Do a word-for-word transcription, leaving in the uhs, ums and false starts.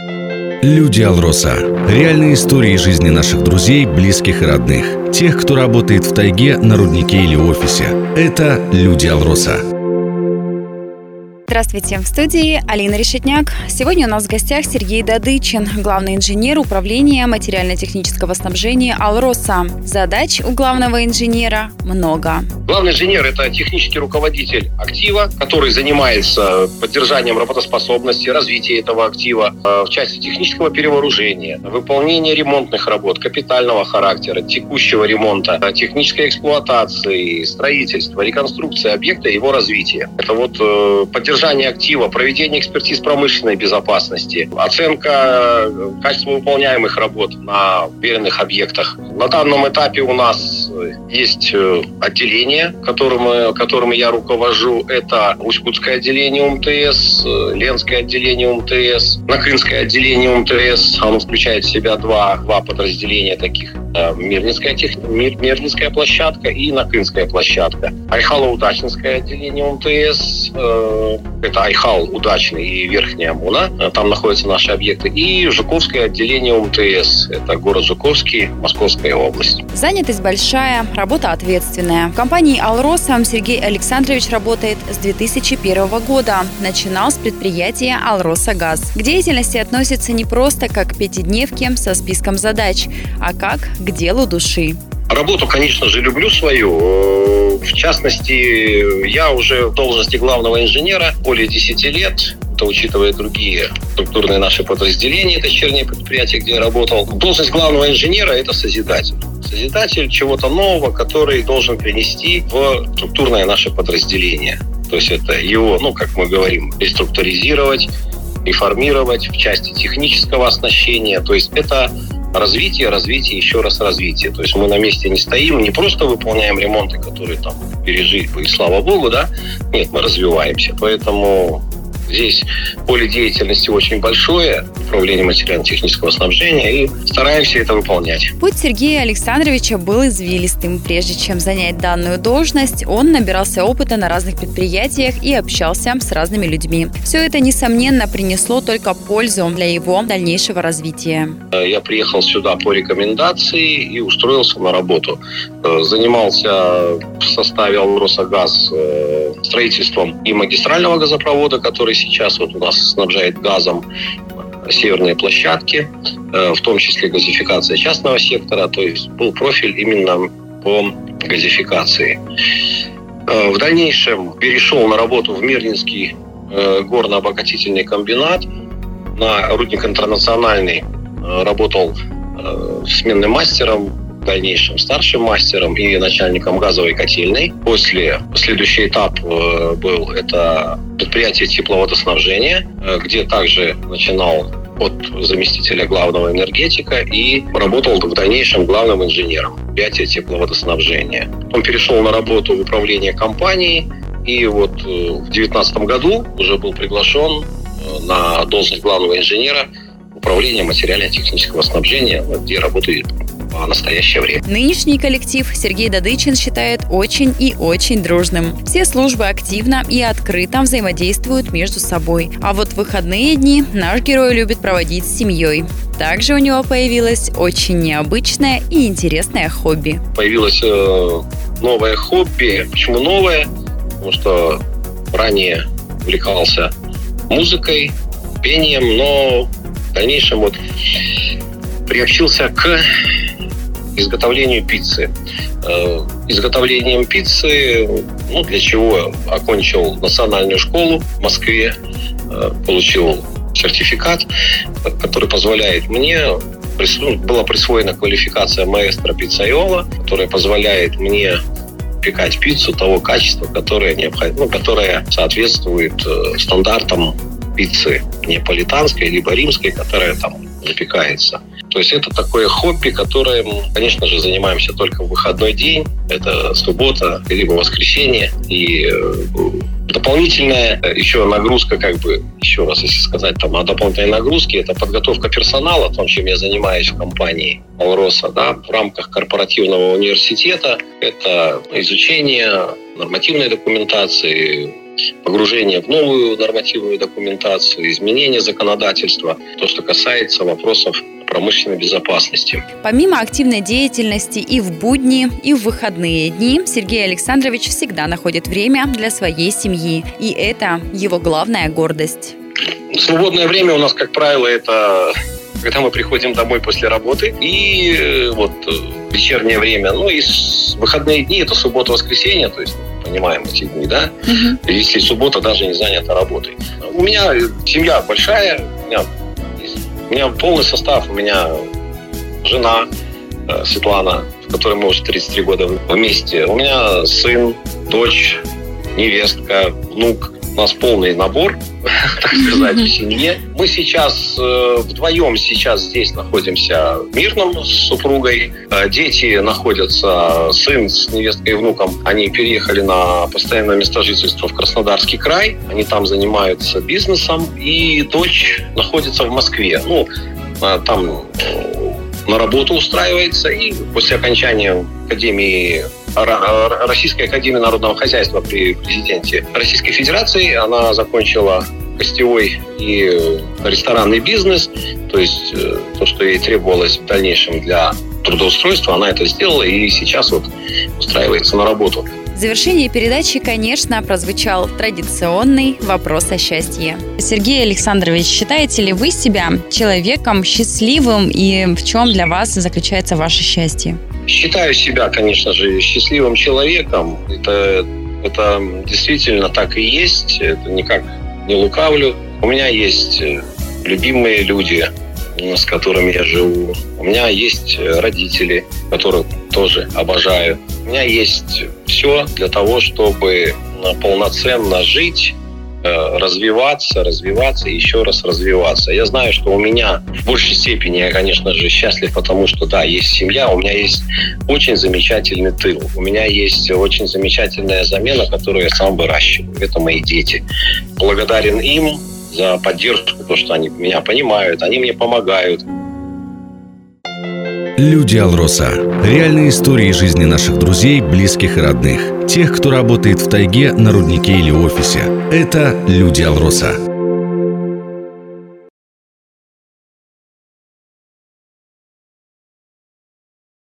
Люди Алроса. Реальные истории жизни наших друзей, близких и родных. Тех, кто работает в тайге, на руднике или офисе. Это Люди Алроса. Здравствуйте, в студии Алина Решетняк. Сегодня у нас в гостях Сергей Дадычин, главный инженер управления материально-технического снабжения Алроса. Задач у главного инженера много. Главный инженер – это технический руководитель актива, который занимается поддержанием работоспособности, развитием этого актива в части технического перевооружения, выполнения ремонтных работ, капитального характера, текущего ремонта, технической эксплуатации, строительства, реконструкции объекта и его развития. Это вот поддержание актива, проведение экспертиз промышленной безопасности, оценка качества выполняемых работ на веренных объектах. На данном этапе у нас есть отделение, которым, которым я руковожу. Это Усть-Кутское отделение УМТС, Ленское отделение УМТС, Накрынское отделение УМТС. Оно включает в себя два, два подразделения таких. Мирнинская, тех... Мирнинская площадка и Накрынская площадка. Айхало-Удачнинское отделение УМТС. Это Айхал, Удачный и Верхняя Амуна. Там находятся наши объекты. И Жуковское отделение УМТС. Это город Жуковский, Московская область. Занятость большая, работа ответственная. В компании «Алроса» Сергей Александрович работает с две тысячи первого года. Начинал с предприятия «Алроса Газ». К деятельности относится не просто как к пятидневке со списком задач, а как к делу души. Работу, конечно же, люблю свою. В частности, я уже в должности главного инженера более десяти лет. Это учитывая другие структурные наши подразделения, дочерние предприятия, где я работал. Должность главного инженера – это созидатель. Созидатель чего-то нового, который должен принести в структурное наше подразделение. То есть это его, ну, как мы говорим, реструктуризировать, реформировать в части технического оснащения. То есть это развитие, развитие, еще раз развитие. То есть мы на месте не стоим, не просто выполняем ремонты, которые там пережить бы, и слава богу, да. Нет, мы развиваемся. Поэтому здесь поле деятельности очень большое, управление материально-технического снабжения, и стараемся это выполнять. Путь Сергея Александровича был извилистым. Прежде чем занять данную должность, он набирался опыта на разных предприятиях и общался с разными людьми. Все это, несомненно, принесло только пользу для его дальнейшего развития. Я приехал сюда по рекомендации и устроился на работу. Занимался в составе «Алроса Газ» строительством и магистрального газопровода, который сейчас вот у нас снабжает газом северные площадки, в том числе газификация частного сектора, то есть был профиль именно по газификации. В дальнейшем перешел на работу в Мирнинский горно-обогатительный комбинат, на рудник «Интернациональный», работал сменным мастером, в дальнейшем старшим мастером и начальником газовой котельной. После следующий этап был это предприятие тепловодоснабжения, где также начинал от заместителя главного энергетика и работал в дальнейшем главным инженером предприятия тепловодоснабжения. Он перешел на работу в управление компанией и вот в две тысячи девятнадцатом году уже был приглашен на должность главного инженера управления материально-технического снабжения, где работает в настоящее время. Нынешний коллектив Сергей Дадычин считает очень и очень дружным. Все службы активно и открыто взаимодействуют между собой. А вот выходные дни наш герой любит проводить с семьей. Также у него появилось очень необычное и интересное хобби. Появилось э, новое хобби. Почему новое? Потому что ранее увлекался музыкой, пением, но в дальнейшем вот приобщился к изготовлению пиццы. Э, изготовлением пиццы, ну, для чего окончил национальную школу в Москве, э, получил сертификат, который позволяет мне, была присвоена квалификация маэстро пиццайола, которая позволяет мне пекать пиццу того качества, которое необходимо, ну, которое соответствует э, стандартам пиццы неаполитанской либо римской, которая там запекается. То есть это такое хобби, которым, конечно же, занимаемся только в выходной день. Это суббота, либо воскресенье. И дополнительная еще нагрузка, как бы, еще раз, если сказать там о дополнительной нагрузке, это подготовка персонала, том, чем я занимаюсь в компании Алроса, да, в рамках корпоративного университета. Это изучение нормативной документации, погружение в новую нормативную документацию, изменение законодательства, то, что касается вопросов промышленной безопасности. Помимо активной деятельности и в будни, и в выходные дни, Сергей Александрович всегда находит время для своей семьи. И это его главная гордость. Свободное время у нас, как правило, это когда мы приходим домой после работы, и вот вечернее время, ну и выходные дни, это суббота-воскресенье, то есть понимаем эти дни, да? Угу. Если суббота даже не занята работой. У меня семья большая, у меня, у меня полный состав, у меня жена Светлана, с которой мы уже тридцать три года вместе, у меня сын, дочь, невестка, внук. У нас полный набор, так сказать, в семье. Мы сейчас э, вдвоем сейчас здесь находимся в Мирном с супругой. Э, дети находятся, сын с невесткой и внуком, они переехали на постоянное место жительства в Краснодарский край. Они там занимаются бизнесом. И дочь находится в Москве. Ну, э, там э, на работу устраивается. И после окончания Академии Российской академии народного хозяйства при президенте Российской Федерации. Она закончила гостевой и ресторанный бизнес. То есть то, что ей требовалось в дальнейшем для трудоустройства, она это сделала и сейчас вот устраивается на работу. В завершении передачи, конечно, прозвучал традиционный вопрос о счастье. Сергей Александрович, считаете ли вы себя человеком счастливым и в чем для вас заключается ваше счастье? Считаю себя, конечно же, счастливым человеком. Это, это действительно так и есть. Это никак не лукавлю. У меня есть любимые люди, с которыми я живу. У меня есть родители, которых тоже обожаю. У меня есть все для того, чтобы полноценно жить, развиваться, развиваться и еще раз развиваться. Я знаю, что у меня в большей степени, я, конечно же, счастлив, потому что, да, есть семья, у меня есть очень замечательный тыл, у меня есть очень замечательная замена, которую я сам выращиваю. Это мои дети. Благодарен им за поддержку, то, что они меня понимают, они мне помогают. Люди Алроса. Реальные истории жизни наших друзей, близких и родных. Тех, кто работает в тайге, на руднике или офисе. Это Люди Алроса.